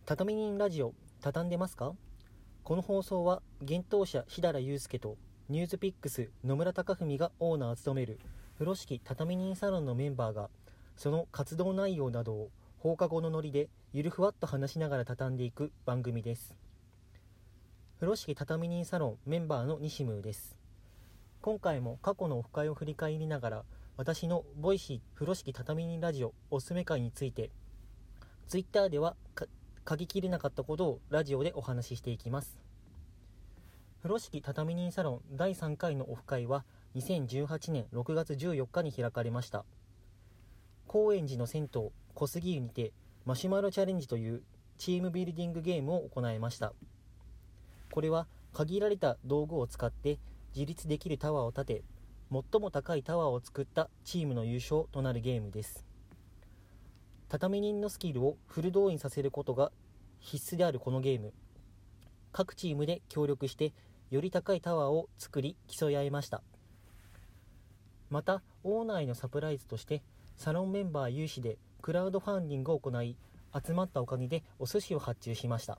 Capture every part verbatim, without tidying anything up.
畳人ラジオ畳んでますか？この放送は幻冬舎しだらゆうすけとニュースピックス野村貴文がオーナーを務める風呂敷畳人サロンのメンバーがその活動内容などを放課後のノリでゆるふわっと話しながら畳んでいく番組です。風呂敷畳人サロンメンバーの西ムーです。今回も過去のオフ会を振り返りながら私のボイシー風呂敷畳人ラジオおすすめ会についてツイッターでは書ききれなかったことをラジオでお話ししていきます。風呂敷畳人サロンだいさんかいのオフ会はにせんじゅうはちねんろくがつじゅうよっかに開かれました。高円寺の銭湯小杉湯にてマシュマロチャレンジというチームビルディングゲームを行いました。これは限られた道具を使って自立できるタワーを建て、最も高いタワーを作ったチームの優勝となるゲームです。畳人のスキルをフル動員させることが必須であるこのゲーム、各チームで協力してより高いタワーを作り競い合いました。またオーナーへのサプライズとしてサロンメンバー有志でクラウドファンディングを行い、集まったお金でお寿司を発注しました。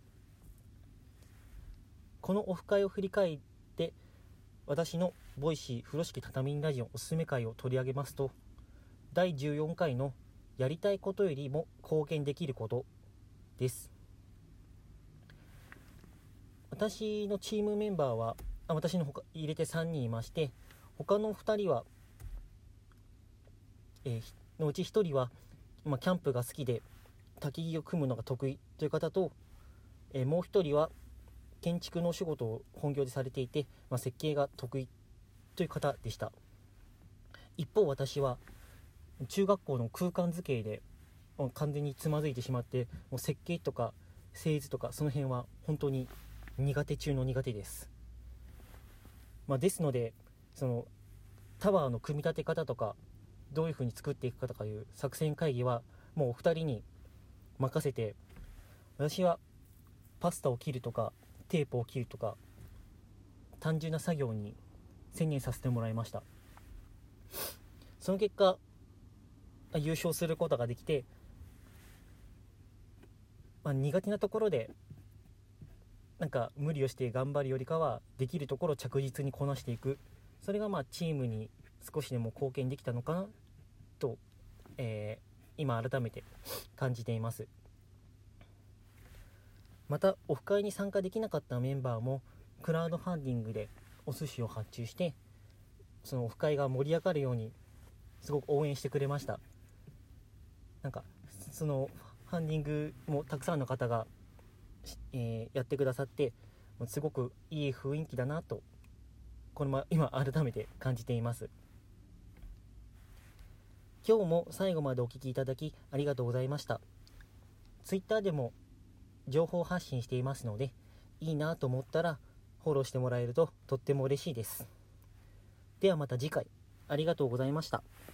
このオフ会を振り返って私のボイシー風呂敷畳人ラジオおすすめ会を取り上げますと、だいじゅうよんかいのやりたいことよりも貢献できることです。私のチームメンバーはあ私のほか入れてさんにんいまして、他のふたりは、えー、のうちひとりは、まあ、キャンプが好きで焚き木を組むのが得意という方と、えー、もうひとりは建築のお仕事を本業でされていて、まあ、設計が得意という方でした。一方私は中学校の空間図形で完全につまずいてしまって、もう設計とか製図とかその辺は本当に苦手中の苦手です。まあ、ですのでそのタワーの組み立て方とかどういう風に作っていくかとかいう作戦会議はもうお二人に任せて、私はパスタを切るとかテープを切るとか単純な作業に専念させてもらいました。その結果優勝することができて、まあ、苦手なところでなんか無理をして頑張るよりかはできるところを着実にこなしていく、それがまあチームに少しでも貢献できたのかなと、えー、今改めて感じています。またオフ会に参加できなかったメンバーもクラウドファンディングでお寿司を発注して、そのオフ会が盛り上がるようにすごく応援してくれました。なんかそのファンディングもたくさんの方が、えー、やってくださって、すごくいい雰囲気だなとこれも今改めて感じています。今日も最後までお聞きいただきありがとうございました。ツイッターでも情報発信していますので、いいなと思ったらフォローしてもらえるととっても嬉しいです。ではまた次回、ありがとうございました。